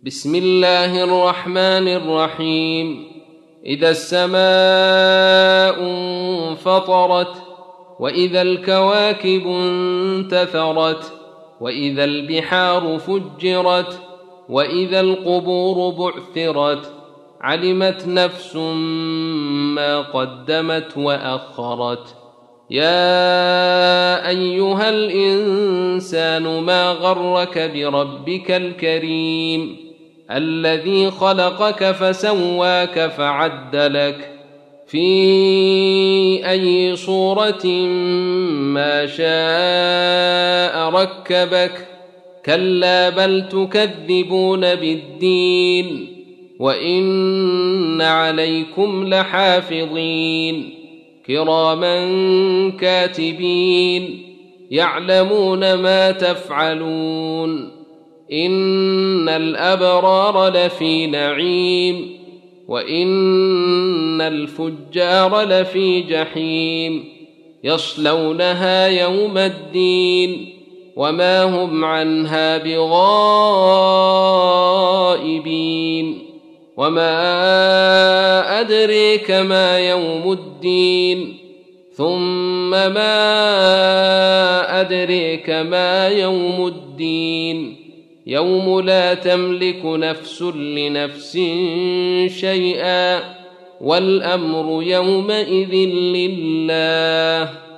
بسم الله الرحمن الرحيم. إذا السماء انفطرت، وإذا الكواكب انتثرت، وإذا البحار فجرت، وإذا القبور بعثرت، علمت نفس ما قدمت وأخرت. يا أيها الإنسان ما غرك بربك الكريم الذي خلقك فسواك فعدلك في أي صورة ما شاء ركبك. كلا بل تكذبون بالدين، وإن عليكم لحافظين كراما كاتبين يعلمون ما تفعلون. إن الأبرار لفي نعيم، وإن الفجار لفي جحيم، يصلونها يوم الدين وما هم عنها بغائبين. وما أدريك ما يوم الدين، ثم ما أدريك ما يوم الدين. يوم لا تملك نفس لنفس شيئا، والأمر يومئذ لله.